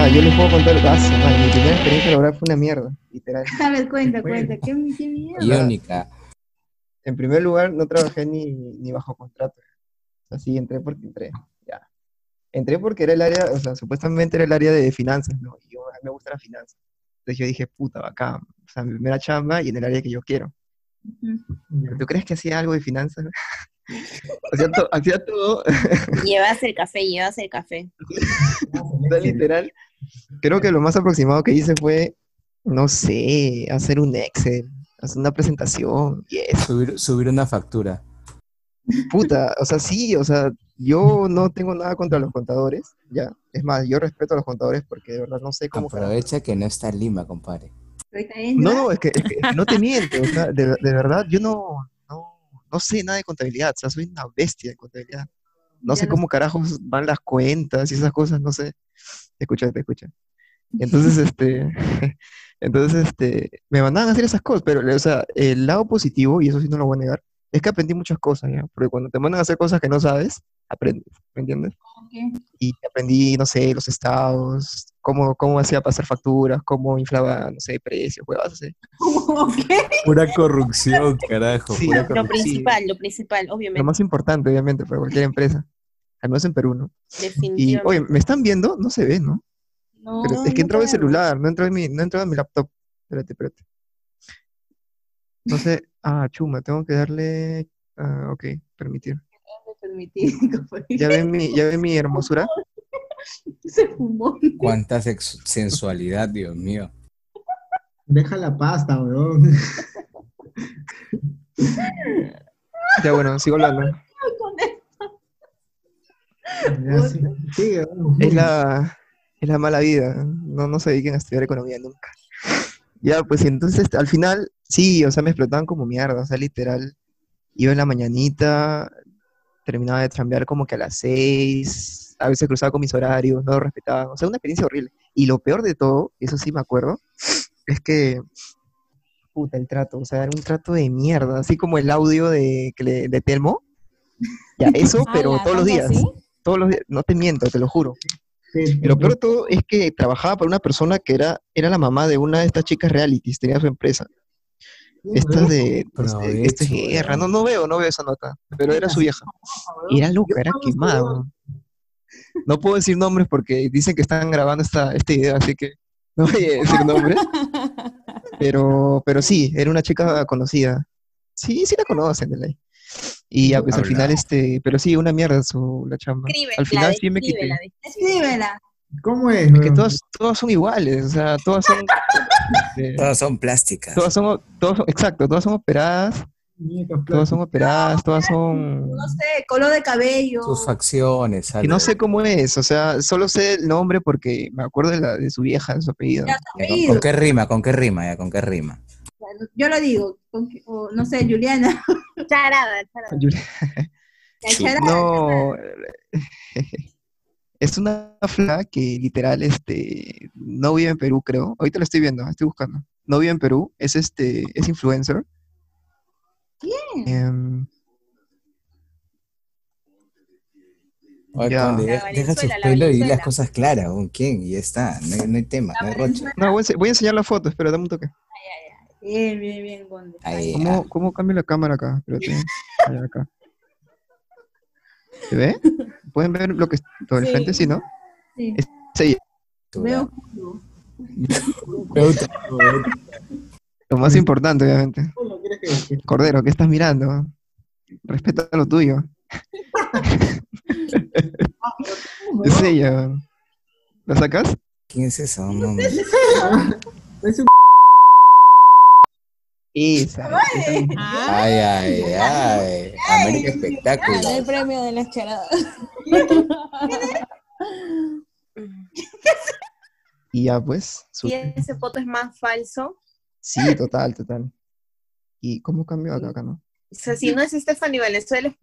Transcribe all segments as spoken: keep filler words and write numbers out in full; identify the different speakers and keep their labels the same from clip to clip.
Speaker 1: yo les puedo contar, ah, su madre, mi primera experiencia laboral fue una mierda, literal.
Speaker 2: A ver, cuenta,
Speaker 3: Bueno.
Speaker 2: cuenta. ¿Qué, qué mierda?
Speaker 4: Y única.
Speaker 1: En primer lugar, no trabajé ni, ni bajo contrato. Así entré porque entré, ya. Entré porque era el área, o sea, supuestamente era el área de finanzas, ¿no? Y yo, a mí me gusta la finanza. Entonces yo dije, puta, bacán. O sea, mi primera chamba y en el área que yo quiero.
Speaker 2: Ujú.
Speaker 1: ¿Tú crees que hacía algo de finanzas? hacía, to- hacía todo,
Speaker 5: Llevas el café, llevas el café.
Speaker 1: o sea, literal. Creo que lo más aproximado que hice fue, no sé, hacer un Excel, hacer una presentación, y eso.
Speaker 4: Subir, subir una factura.
Speaker 1: Puta, o sea, sí, o sea, yo no tengo nada contra los contadores, ya. Es más, yo respeto a los contadores porque de verdad no sé cómo carajo.
Speaker 4: Aprovecha que no está en Lima, compadre.
Speaker 2: Ahorita entra.
Speaker 1: No, no, es que, es que- es que no te miento, o sea, de, de verdad, yo no, no, no sé nada de contabilidad, o sea, soy una bestia de contabilidad. No
Speaker 2: Ya
Speaker 1: sé
Speaker 2: lo
Speaker 1: cómo carajos van las cuentas y esas cosas, no sé. Te escucha, te escucha. Entonces, este, entonces, este, me mandaban a hacer esas cosas, pero, o sea, el lado positivo, y eso sí no lo voy a negar, es que aprendí muchas cosas, ¿ya? Porque cuando te mandan a hacer cosas que no sabes, aprendes, ¿me entiendes?
Speaker 2: ¿Qué?
Speaker 1: Y aprendí, no sé, los estados, cómo, cómo hacía pasar facturas, cómo inflaba, no sé, precios, huevas así.
Speaker 2: ¿Qué?
Speaker 4: Pura corrupción, carajo.
Speaker 1: Sí,
Speaker 4: Pura
Speaker 5: Lo
Speaker 4: corrupción.
Speaker 5: principal, lo principal,
Speaker 1: Lo
Speaker 5: obviamente.
Speaker 1: más importante, obviamente, para cualquier empresa, al menos en Perú, ¿no? Y,
Speaker 5: Definitivamente.
Speaker 1: oye, ¿me están viendo? No se ve, ¿no?
Speaker 2: No,
Speaker 1: Pero
Speaker 5: No,
Speaker 1: es que
Speaker 5: no
Speaker 1: entraba el
Speaker 5: te vemos.
Speaker 1: celular, no entraba en mi, no entraba en mi laptop. Espérate, espérate. No sé, ah, chuma, tengo que darle, ah, ok, permitir.
Speaker 2: me permití.
Speaker 1: ¿Ya ven mi, ya ven mi hermosura?
Speaker 2: Se fumó.
Speaker 4: Cuánta sex- sensualidad, Dios mío.
Speaker 3: Deja la pasta, weón.
Speaker 1: Ya bueno, sigo hablando.
Speaker 3: Ya, sí. Sí, weón.
Speaker 1: Es la, es la mala vida, no, no se dediquen a estudiar economía nunca. Ya, pues y entonces al final, sí, o sea, me explotaban como mierda, o sea, literal, iba en la mañanita, terminaba de chambear como que a las seis, a veces cruzaba con mis horarios, no lo respetaban, o sea, una experiencia horrible. Y lo peor de todo, eso sí me acuerdo, es que, puta, el trato, o sea, era un trato de mierda, así como el audio de, que le- de Telmo, ya, eso, pero
Speaker 6: Ala,
Speaker 1: todos los
Speaker 6: ¿tanto
Speaker 1: días,
Speaker 6: así?
Speaker 1: todos los días, no te miento, te lo juro.
Speaker 3: Sí,
Speaker 1: Y lo peor de todo es que trabajaba para una persona que era, era la mamá de una de estas chicas realities, tenía su empresa. Estas de, no sé, esto es
Speaker 4: Provecho,
Speaker 1: guerra, no,
Speaker 4: weón.
Speaker 1: no veo, no veo esa nota, pero era su vieja. Y era loca, era quemada, weón. No puedo decir nombres porque dicen que están grabando esta, este video, así que no voy a decir nombres, pero, pero sí, era una chica conocida. Sí, sí la conocen de ley. Y ya, pues al
Speaker 4: Habla.
Speaker 1: final, este, pero sí, una mierda su, la chamba.
Speaker 5: Escríbela,
Speaker 1: Al final sí me quité.
Speaker 5: descríbela,
Speaker 2: Escríbela.
Speaker 3: ¿Cómo es,
Speaker 1: Es que
Speaker 3: weón?
Speaker 1: todas, todas son iguales, o sea, todas son, este,
Speaker 4: Todas son plásticas.
Speaker 1: todas son, todas son- exacto, todas son operadas,
Speaker 3: Muñecas
Speaker 1: todas son
Speaker 3: plásticas.
Speaker 1: operadas, todas son,
Speaker 2: No sé, color de cabello.
Speaker 4: Sus facciones,
Speaker 1: que no
Speaker 4: algo.
Speaker 1: sé cómo es, o sea, solo sé el nombre porque me acuerdo de, la, de su vieja, de su apellido.
Speaker 2: Ya,
Speaker 4: Ya, ¿con,
Speaker 2: apellido.
Speaker 4: con qué rima? ¿Con qué rima? Ya, ¿con qué rima?
Speaker 2: Yo lo digo. con que- o, no sé, Juliana.
Speaker 5: Charada, charada.
Speaker 1: Julia-
Speaker 2: La charada.
Speaker 1: No, es una fla que literal, este, no vive en Perú, creo. Ahorita lo estoy viendo, estoy buscando. No vive en Perú, es este, es influencer.
Speaker 2: ¿Quién?
Speaker 1: Em,
Speaker 4: Oye,
Speaker 1: Ya.
Speaker 4: Conde,
Speaker 5: La
Speaker 4: deja, deja sus
Speaker 5: Valenzuela, la
Speaker 4: pelos y di las
Speaker 5: Valenzuela.
Speaker 4: cosas claras. ¿Con quién? Y ya está. No hay, no hay tema, no hay roche.
Speaker 1: no, voy a, ense- voy a enseñar la foto, espera, dame un toque.
Speaker 2: Bien, bien, bien, Conde.
Speaker 4: Ahí,
Speaker 1: ¿Cómo,
Speaker 4: ah,
Speaker 1: cómo cambio la cámara acá? Espérate. Ahí, acá. ¿Se ve? ¿Pueden ver lo que todo el
Speaker 2: Sí.
Speaker 1: frente? Sí, ¿no?
Speaker 2: Sí.
Speaker 1: Sí,
Speaker 4: tú,
Speaker 2: Veo.
Speaker 4: Veo-
Speaker 1: lo más importante, obviamente.
Speaker 3: ¿Cómo quieres que- que-
Speaker 1: Cordero, ¿qué estás mirando? Respeta lo tuyo. Es ella. ¿La sacas?
Speaker 4: ¿Quién es eso? No, no.
Speaker 3: Es un
Speaker 1: Esa. esa misma.
Speaker 6: Ah,
Speaker 4: Ay, ay, ay. América Espectáculo.
Speaker 6: gané el premio de las charadas.
Speaker 1: Y ya, pues. su-
Speaker 5: Si ese foto es más falso,
Speaker 1: Sí, total, total. ¿Y cómo cambió acá, acá, no?
Speaker 5: o sea, si no es Stephanie Valenzuela, es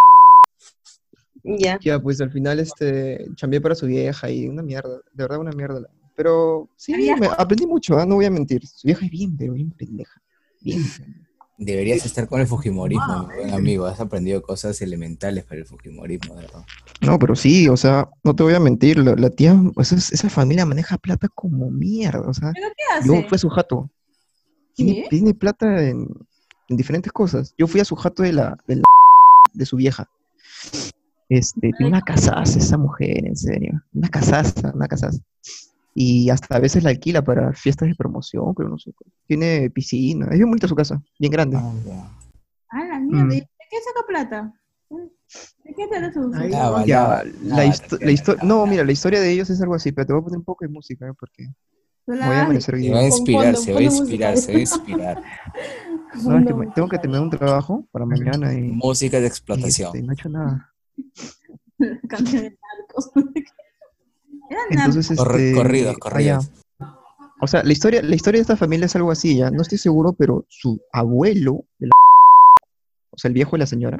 Speaker 5: ya.
Speaker 1: Ya, pues al final este, chambeé para su vieja y una mierda, de verdad una mierda. Pero sí, me, aprendí mucho, ¿ah? No voy a mentir. Su vieja es bien, pero bien pendeja. Bien.
Speaker 4: Deberías estar con el Fujimorismo, mi buen amigo. Has aprendido cosas elementales para el Fujimorismo, de verdad.
Speaker 1: No, pero sí, o sea, no te voy a mentir, la, la tía, o sea, es- esa familia maneja plata como mierda, o sea,
Speaker 2: ¿Pero qué
Speaker 1: yo
Speaker 2: hace?
Speaker 1: fui a su jato, tiene,
Speaker 2: ¿Qué?
Speaker 1: tiene plata en, en diferentes cosas. Yo fui a su jato de la, de la- de su vieja. Este, tiene una casaza esa mujer, en serio, una casaza, una casaza. Y hasta a veces la alquila para fiestas de promoción, pero no sé. Tiene piscina, es bien bonita su casa, bien grande.
Speaker 4: Ah, ya.
Speaker 2: Ah, la mierda.
Speaker 1: Mm.
Speaker 2: ¿Y de qué saca plata? ¿De qué trata su, su-
Speaker 3: Ahí
Speaker 4: Nada,
Speaker 3: va.
Speaker 1: Ya,
Speaker 4: nada,
Speaker 1: la,
Speaker 4: nada,
Speaker 1: histo- la
Speaker 4: Tatiana,
Speaker 1: historia,
Speaker 4: nada,
Speaker 1: no,
Speaker 4: nada.
Speaker 1: mira, la historia de ellos es algo así, pero te voy a poner un poco de música, ¿eh? Porque
Speaker 2: su
Speaker 1: voy a
Speaker 2: la-
Speaker 1: amanecer hoy
Speaker 4: Se va a
Speaker 1: día.
Speaker 4: inspirar,
Speaker 6: Fondo,
Speaker 4: se va a
Speaker 6: fondo musical.
Speaker 4: inspirar, se va a inspirar.
Speaker 1: No, es que
Speaker 6: Fondo
Speaker 1: me- tengo que
Speaker 6: musical.
Speaker 1: terminar un trabajo para mañana y,
Speaker 4: Música de
Speaker 1: y
Speaker 4: explotación.
Speaker 1: este, no he hecho nada.
Speaker 2: canción de narcos? Eran
Speaker 1: Entonces,
Speaker 2: narcos.
Speaker 4: Corre-
Speaker 1: este,
Speaker 4: corridos,
Speaker 1: ah, ya.
Speaker 4: corridos.
Speaker 1: O sea, la historia, la historia de esta familia es algo así, ya. No estoy seguro, pero su abuelo, de la- o sea, el viejo de la señora,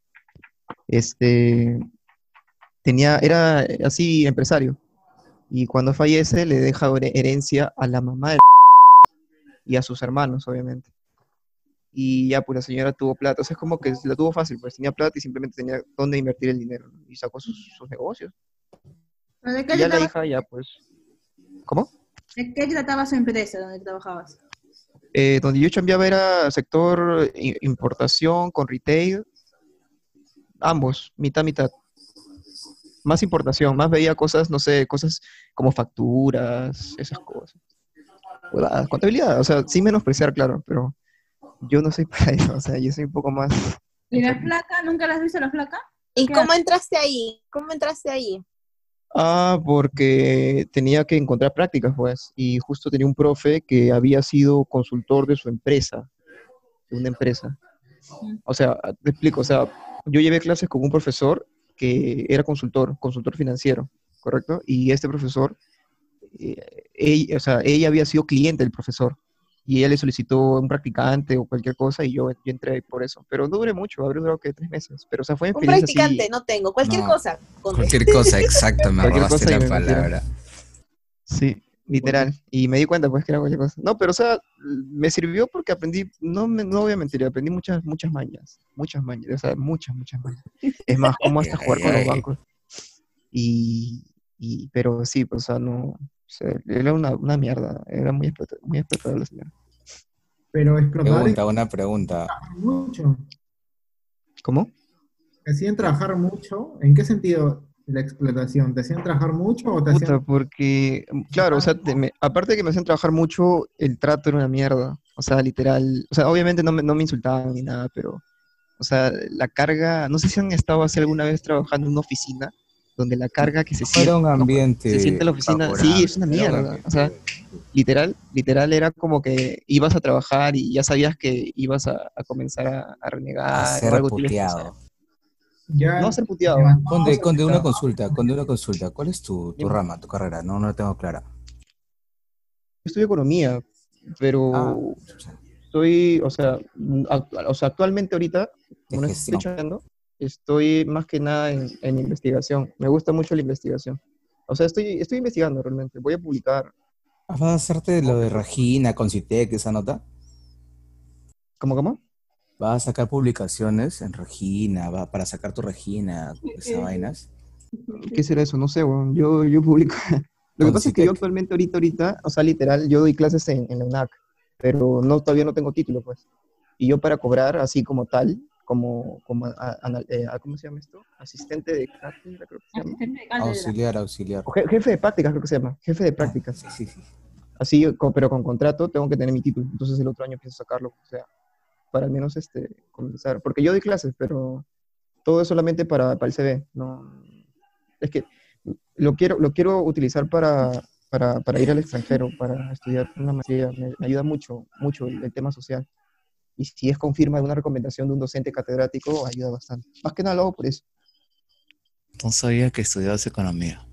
Speaker 1: este, tenía, era eh, así empresario. Y cuando fallece le deja here- herencia a la mamá de la y a sus hermanos, obviamente. Y ya, pues la señora tuvo plata. O sea, es como que la tuvo fácil, pues tenía plata y simplemente tenía dónde invertir el dinero, ¿no? Y sacó sus, sus negocios.
Speaker 2: ¿Pero ¿De
Speaker 1: Y
Speaker 2: qué,
Speaker 1: ya la
Speaker 2: trataba,
Speaker 1: hija, ya, pues. ¿Cómo?
Speaker 2: ¿De qué trataba su empresa donde trabajabas?
Speaker 1: Eh, donde yo chambeaba era sector i- importación con retail, ambos, mitad, mitad. Más importación, más veía cosas, no sé, cosas como facturas, esas cosas. Huevadas, contabilidad, o sea, sin menospreciar, claro, pero yo no soy para eso, o sea, yo soy un poco más
Speaker 2: ¿Y la
Speaker 1: enfermito.
Speaker 2: flaca? ¿Nunca la has visto la flaca?
Speaker 5: ¿Y
Speaker 2: ¿Qué
Speaker 5: cómo entraste ahí? ¿Cómo entraste ahí?
Speaker 1: Ah, porque tenía que encontrar prácticas, pues, y justo tenía un profe que había sido consultor de su empresa, de una empresa. O sea, te explico, o sea, yo llevé clases con un profesor que era consultor, consultor financiero, ¿correcto? Y este profesor, eh, ella, o sea, ella había sido cliente del profesor y ella le solicitó un practicante o cualquier cosa y yo, yo entré por eso. Pero no duré mucho, habré durado que tres meses. Pero, o sea, fue una
Speaker 5: Un
Speaker 1: experiencia
Speaker 5: practicante,
Speaker 1: así,
Speaker 5: no tengo. Cualquier
Speaker 4: No,
Speaker 5: cosa. Conté.
Speaker 4: cualquier cosa, exacto, me
Speaker 1: cualquier
Speaker 4: robaste
Speaker 1: cosa y
Speaker 4: la
Speaker 1: me metieron.
Speaker 4: palabra.
Speaker 1: Sí, literal. Y me di cuenta, pues, que era cualquier cosa. No, pero, o sea, me sirvió porque aprendí, no, me, no voy a mentir, aprendí muchas, muchas mañas. Muchas mañas, o sea, muchas, muchas mañas. Es más, cómo
Speaker 4: Ay,
Speaker 1: hasta
Speaker 4: ay,
Speaker 1: jugar con los
Speaker 4: ay.
Speaker 1: bancos. Y, y pero sí, pues, o sea, no, o sea, era una, una mierda, era muy explota- muy explotable la señora.
Speaker 3: Pero explotadores
Speaker 4: Pregunta, una pregunta.
Speaker 3: mucho.
Speaker 1: ¿Cómo?
Speaker 3: ¿Te hacían trabajar mucho? ¿En qué sentido la explotación? ¿Te hacían trabajar mucho o te
Speaker 1: Puta,
Speaker 3: hacían...
Speaker 1: porque, mm, claro, o sea, te- me- aparte de que me hacían trabajar mucho, el trato era una mierda. O sea, literal, o sea, obviamente no me, no me insultaban ni nada, pero, o sea, la carga, no sé si han estado así alguna vez trabajando en una oficina, donde la carga que se
Speaker 4: No era
Speaker 1: siente,
Speaker 4: un
Speaker 1: se siente en
Speaker 4: ambiente
Speaker 1: la oficina, sí,
Speaker 4: favorable,
Speaker 1: es una
Speaker 4: no era un
Speaker 1: mierda. O sea,
Speaker 4: ambiente...
Speaker 1: literal, literal era como que ibas a trabajar y ya sabías que ibas a, a comenzar a, a
Speaker 4: A
Speaker 1: renegar o
Speaker 4: ser
Speaker 1: algo te iba a expulsar.
Speaker 4: puteado.
Speaker 1: No a
Speaker 3: Ya
Speaker 1: ser puteado.
Speaker 3: levantó,
Speaker 4: Conde, Conde, una
Speaker 3: sacó-
Speaker 4: consulta, Conde, una consulta. ¿Cuál es tu, tu
Speaker 1: Dime.
Speaker 4: rama, tu carrera? No, no la tengo clara.
Speaker 1: Yo estudio economía,
Speaker 4: Ah,
Speaker 1: pero
Speaker 4: chucha,
Speaker 1: estoy, o sea, mm, actu- o sea, actualmente ahorita,
Speaker 4: de
Speaker 1: como no estoy
Speaker 4: gestión.
Speaker 1: estudiando, estoy más que nada en, en investigación. Me gusta mucho la investigación. O sea, estoy, estoy investigando realmente. Voy a publicar.
Speaker 4: ¿Vas a hacerte lo de Regina, Concitec, esa nota?
Speaker 1: ¿Cómo, cómo?
Speaker 4: ¿Vas a sacar publicaciones en Regina, va, para sacar tu Regina, esas vainas?
Speaker 1: ¿Qué será eso? No sé, weón. Yo, yo publico. Lo que pasa es que yo
Speaker 4: Concitec.
Speaker 1: actualmente, ahorita, ahorita, o sea, literal, yo doy clases en, en la UNAC, pero no, todavía no tengo título, pues. Y yo para cobrar así como tal, como, como a- ana- eh, a- ¿cómo se llama esto? Asistente de cátedra, creo que se llama.
Speaker 2: Asistente de cátedra.
Speaker 4: Auxiliar, auxiliar.
Speaker 1: O je- jefe de prácticas, creo que se llama. Jefe de
Speaker 4: Ah,
Speaker 1: prácticas.
Speaker 4: sí, sí, sí.
Speaker 1: Así, co- pero con contrato, tengo que tener mi título. Entonces el otro año empiezo a sacarlo, o sea, para al menos este, comenzar. Porque yo doy clases, pero todo es solamente para, para el C V. No, es que lo quiero, lo quiero utilizar para, para, para ir al extranjero, para estudiar una maestría. Me, me ayuda mucho, mucho el, el tema social. Y si es con firma de una recomendación de un docente catedrático, ayuda bastante. Más que nada lo hago por eso.
Speaker 4: No sabía que estudiabas economía.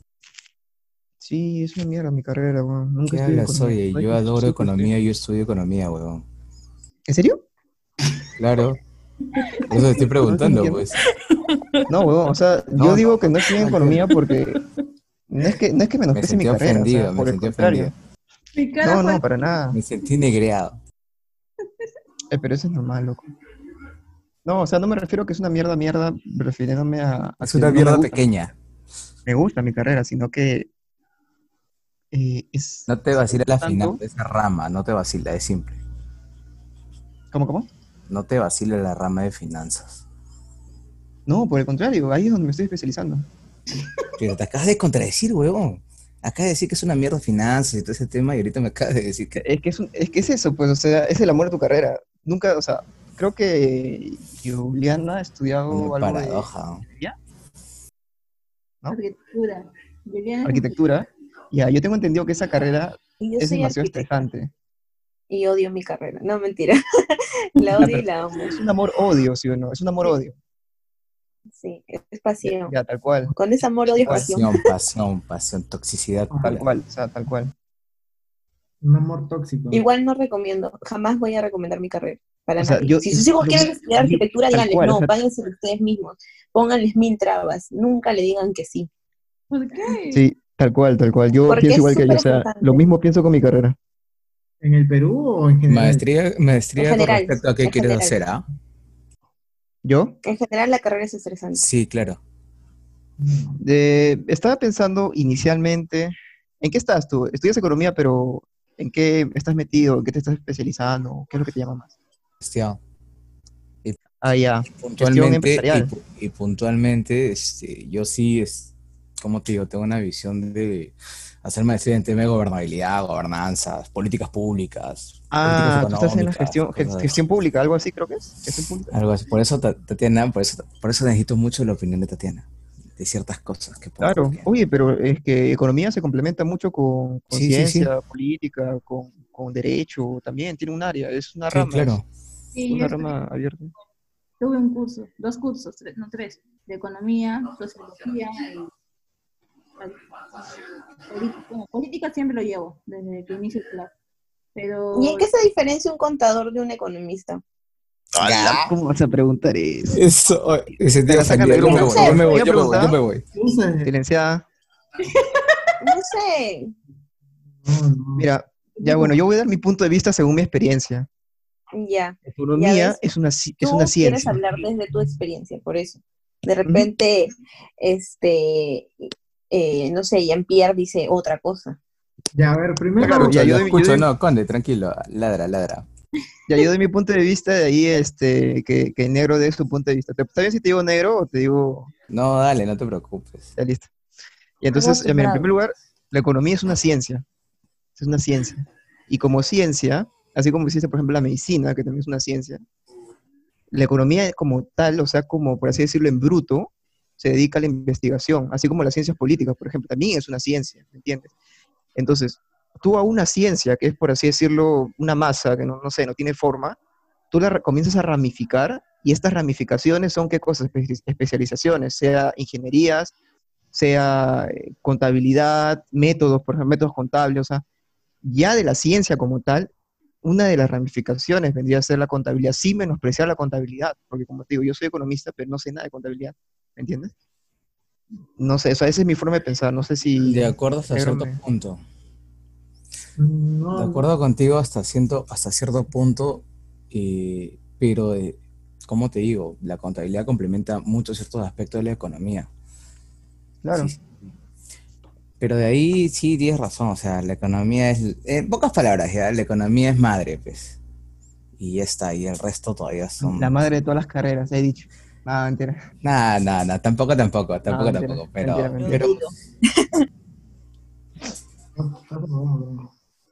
Speaker 1: Sí, es una mierda mi carrera, weón. Nunca
Speaker 4: ¿Qué
Speaker 1: estudié
Speaker 4: hablas?
Speaker 1: economía.
Speaker 4: Oye,
Speaker 1: No hay
Speaker 4: yo
Speaker 1: que-
Speaker 4: adoro
Speaker 1: soy
Speaker 4: economía, yo estudio economía, weón.
Speaker 1: ¿En serio?
Speaker 4: Claro. Por eso te estoy
Speaker 1: No,
Speaker 4: preguntando,
Speaker 1: entiendo.
Speaker 4: pues.
Speaker 1: No, weón, o sea,
Speaker 4: No,
Speaker 1: yo
Speaker 4: no,
Speaker 1: digo que no estudié
Speaker 4: no
Speaker 1: economía porque no es que, no es que
Speaker 4: Me
Speaker 1: menosprecie mi
Speaker 4: sentí
Speaker 1: carrera, o sea,
Speaker 4: ofendido, me
Speaker 1: por el
Speaker 4: sentí
Speaker 1: contrario.
Speaker 4: ofendido.
Speaker 2: Mi cara
Speaker 1: No,
Speaker 2: fue
Speaker 1: no, para nada.
Speaker 4: Me sentí negreado.
Speaker 1: Eh, pero eso es normal, loco. No, o sea, no me refiero a que es una mierda, mierda, refiriéndome a, a
Speaker 4: Es
Speaker 1: que
Speaker 4: una
Speaker 1: no me
Speaker 4: mierda
Speaker 1: gusta,
Speaker 4: pequeña.
Speaker 1: me gusta mi carrera, sino que eh, es,
Speaker 4: No te
Speaker 1: o sea, me
Speaker 4: vacila
Speaker 1: gusta
Speaker 4: la final
Speaker 1: tanto.
Speaker 4: de esa rama, no te vacila, es simple.
Speaker 1: ¿Cómo, cómo?
Speaker 4: No te vacila la rama de finanzas.
Speaker 1: No, por el contrario, ahí es donde me estoy especializando.
Speaker 4: Pero te acabas de contradecir, huevón. Acabas de decir que es una mierda finanzas y todo ese tema y ahorita me acabas de decir que...
Speaker 1: Es que es, un- es que es eso, pues, o sea, es el amor de tu carrera. Nunca, o sea, creo que Juliana ha
Speaker 4: Una
Speaker 1: estudiado algo de
Speaker 4: paradoja, ¿no?
Speaker 1: ingeniería, ¿no?
Speaker 2: Arquitectura. Juliana es arquitectura.
Speaker 1: Arquitectura. Ya, yo tengo entendido que esa carrera
Speaker 5: Y yo
Speaker 1: es
Speaker 5: soy
Speaker 1: demasiado
Speaker 5: arquitecta
Speaker 1: estresante.
Speaker 5: y odio mi carrera. No, mentira. La
Speaker 1: Ya,
Speaker 5: odio y
Speaker 1: pero
Speaker 5: la amo.
Speaker 1: es un amor-odio, ¿sí o no? Es un
Speaker 5: Sí,
Speaker 1: amor-odio.
Speaker 5: sí, es
Speaker 1: Ya,
Speaker 5: pasión.
Speaker 1: ya, tal cual,
Speaker 5: Con ese amor,
Speaker 1: tal
Speaker 5: odio, es
Speaker 1: cual,
Speaker 5: pasión.
Speaker 4: Pasión, pasión, pasión, toxicidad
Speaker 3: Ah,
Speaker 1: tal
Speaker 4: pura.
Speaker 1: cual, o sea, tal cual.
Speaker 3: un amor tóxico.
Speaker 5: Igual no recomiendo, jamás voy a recomendar mi carrera para
Speaker 1: O sea,
Speaker 5: nadie.
Speaker 1: yo,
Speaker 5: Si
Speaker 1: es
Speaker 5: sus hijos
Speaker 1: lo
Speaker 5: quieren
Speaker 1: mi-
Speaker 5: estudiar
Speaker 1: mi-
Speaker 5: arquitectura,
Speaker 1: tal
Speaker 5: díganles
Speaker 1: cual, o
Speaker 5: no,
Speaker 1: sea,
Speaker 5: váyanse ustedes mismos, pónganles mil trabas, nunca le digan que sí,
Speaker 2: ¿Por qué?
Speaker 1: sí, tal cual, tal cual. Yo
Speaker 5: porque
Speaker 1: pienso
Speaker 5: es
Speaker 1: igual que
Speaker 5: súper
Speaker 1: ellos, o sea, lo
Speaker 5: estresante,
Speaker 1: mismo pienso con mi carrera.
Speaker 3: ¿En el Perú o en general?
Speaker 4: Maestría,
Speaker 5: en
Speaker 4: maestría con
Speaker 5: general,
Speaker 4: respecto a qué
Speaker 5: en
Speaker 4: quieres
Speaker 5: general.
Speaker 4: hacer, ¿ah?
Speaker 1: ¿Yo?
Speaker 5: En general la carrera es estresante.
Speaker 4: Sí, claro.
Speaker 3: Mm.
Speaker 1: De- estaba pensando inicialmente, ¿en qué estás tú? Estudias economía, pero ¿en qué estás metido? ¿En qué te estás especializando? ¿Qué es lo que te llama más?
Speaker 4: Gestión. Y,
Speaker 1: Ah, ya,
Speaker 4: y
Speaker 1: gestión
Speaker 4: puntualmente, y,
Speaker 1: empresarial.
Speaker 4: pu- y puntualmente, este, yo sí, es, como te digo, tengo una visión de hacer maestría en tema de gobernabilidad, gobernanzas, políticas públicas, políticas
Speaker 1: Ah, tú estás en la
Speaker 4: económicas,
Speaker 1: gestión, ges-
Speaker 4: cosas así.
Speaker 1: gestión pública, algo así creo que es, gestión pública.
Speaker 4: Algo así. Por eso, Ta- Tatiana, por eso, por eso necesito mucho la opinión de Tatiana, de ciertas cosas que pongo
Speaker 1: Claro,
Speaker 4: aquí.
Speaker 1: oye, pero es que economía se complementa mucho con, con
Speaker 4: Sí, sí, sí,
Speaker 1: ciencia, política, con, con derecho, también tiene un área, es una
Speaker 4: sí,
Speaker 1: rama, es
Speaker 4: claro.
Speaker 2: Sí, yo
Speaker 1: una
Speaker 2: estudié-
Speaker 1: rama abierta.
Speaker 2: tuve un curso, dos cursos, tres, no tres, de economía, sociología y política. Bueno, política siempre lo llevo desde que inicio el clase,
Speaker 5: ¿Y en
Speaker 2: pero
Speaker 5: qué se diferencia un contador de un economista?
Speaker 1: ¡Hala! ¿Cómo vas a preguntar eso?
Speaker 4: Eso, me sentí
Speaker 1: Bueno, sácalo
Speaker 4: ofendido.
Speaker 1: del
Speaker 4: Yo me
Speaker 1: grupo.
Speaker 5: No
Speaker 4: voy, yo
Speaker 5: sé,
Speaker 4: me voy,
Speaker 1: ¿Quién ha
Speaker 5: pues,
Speaker 4: yo me voy, yo me
Speaker 1: preguntado?
Speaker 4: voy.
Speaker 3: Entonces,
Speaker 1: Silenciada.
Speaker 5: no sé,
Speaker 3: no, no.
Speaker 1: Mira, ya bueno, yo voy a dar mi punto de vista según mi experiencia.
Speaker 5: ya, ya
Speaker 1: Economía
Speaker 5: ves,
Speaker 1: es una, ci- es una
Speaker 5: tú quieres
Speaker 1: ciencia.
Speaker 5: hablar desde tu experiencia, por eso. De
Speaker 1: Ujú.
Speaker 5: repente, este, eh, no sé, Jean-Pierre dice otra cosa.
Speaker 3: Ya, a ver,
Speaker 4: Lo
Speaker 3: primero,
Speaker 1: Claro, ya
Speaker 4: escucho,
Speaker 1: yo
Speaker 4: lo
Speaker 1: doy, yo
Speaker 4: escucho.
Speaker 1: doy-
Speaker 4: No, Conde, tranquilo, ladra, ladra.
Speaker 1: ya yo doy mi punto de vista, de ahí este, que, que negro dé su punto de vista. ¿Te- ¿Está bien si te digo negro o te digo,
Speaker 4: No, dale, no te preocupes.
Speaker 1: ya listo? Y entonces,
Speaker 5: Vos
Speaker 1: ya, mira, en
Speaker 5: bravo.
Speaker 1: primer lugar, la economía es una ciencia, es una ciencia. Y como ciencia, así como existe, por ejemplo, la medicina, que también es una ciencia, la economía como tal, o sea, como por así decirlo en bruto, se dedica a la investigación, así como las ciencias políticas, por ejemplo, también es una ciencia, ¿me entiendes? Entonces, tú a una ciencia, que es por así decirlo, una masa que no, no sé, no tiene forma, tú la ra- comienzas a ramificar y estas ramificaciones son qué cosas, Espe- especializaciones, sea ingenierías, sea eh, contabilidad, métodos, por ejemplo, métodos contables, o sea, ya de la ciencia como tal, una de las ramificaciones vendría a ser la contabilidad, sin menospreciar la contabilidad, porque como te digo, yo soy economista, pero no sé nada de contabilidad, ¿me entiendes? No sé, o sea, esa es mi forma de pensar, no sé si
Speaker 4: De acuerdo hasta
Speaker 1: negro
Speaker 4: cierto
Speaker 1: me...
Speaker 4: punto. De
Speaker 3: no, no.
Speaker 4: acuerdo contigo hasta, ciento, hasta cierto punto, eh, pero, eh, como te digo, la contabilidad complementa muchos ciertos aspectos de la economía. Sí,
Speaker 1: Claro.
Speaker 4: sí. Pero de ahí sí tienes razón, o sea, la economía es, en pocas palabras, ya, la economía es madre, pues. Y ya está, y el resto todavía
Speaker 1: La
Speaker 4: son...
Speaker 1: madre de todas las carreras, he dicho. Nada, mentira.
Speaker 4: Nada, nada, nada, tampoco, tampoco,
Speaker 1: No,
Speaker 4: tampoco,
Speaker 1: mentira,
Speaker 4: tampoco,
Speaker 1: mentira,
Speaker 4: pero,
Speaker 5: Lo
Speaker 1: mentira.
Speaker 4: pero,
Speaker 5: dudo.
Speaker 3: No, no, no, no.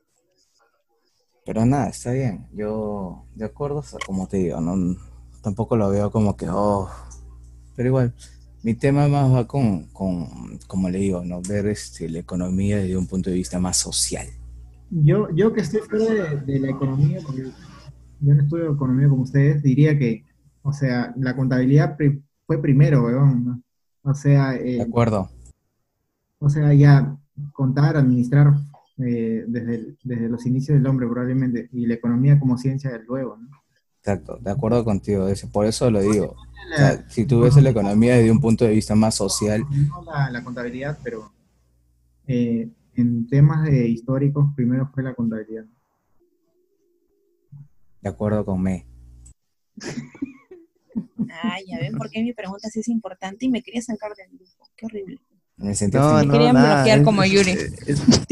Speaker 4: pero nada, está bien. Yo, de acuerdo, o sea, como te digo, no, tampoco lo veo como que, oh, pero igual, mi tema más va con, con, como le digo, ¿no? Ver este, la economía desde un punto de vista más social.
Speaker 3: Yo, yo que estoy fuera de, de la economía, porque yo no estudio economía como ustedes, diría que, o sea, la contabilidad pri- fue primero, weón, ¿no? O sea,
Speaker 4: ¿De
Speaker 3: eh,
Speaker 4: acuerdo?
Speaker 3: o sea, ya contar, administrar eh, desde, el- desde los inicios del hombre probablemente, y la economía como ciencia del luego, ¿no?
Speaker 4: Exacto, de acuerdo contigo, eso- por eso lo digo. O
Speaker 3: La,
Speaker 4: sea, si tú ves la economía desde un punto de vista más social,
Speaker 3: no la, la contabilidad, pero eh, en temas de históricos, primero fue la contabilidad.
Speaker 4: de acuerdo con me.
Speaker 5: Ah, ya ven por qué mi pregunta sí es importante y me quería sacar del grupo. Qué horrible.
Speaker 4: En el sentido
Speaker 1: No,
Speaker 4: final.
Speaker 6: Me
Speaker 1: no,
Speaker 6: querían
Speaker 1: nada.
Speaker 6: bloquear
Speaker 1: Es,
Speaker 6: como
Speaker 1: es-
Speaker 6: Yuri.
Speaker 1: es-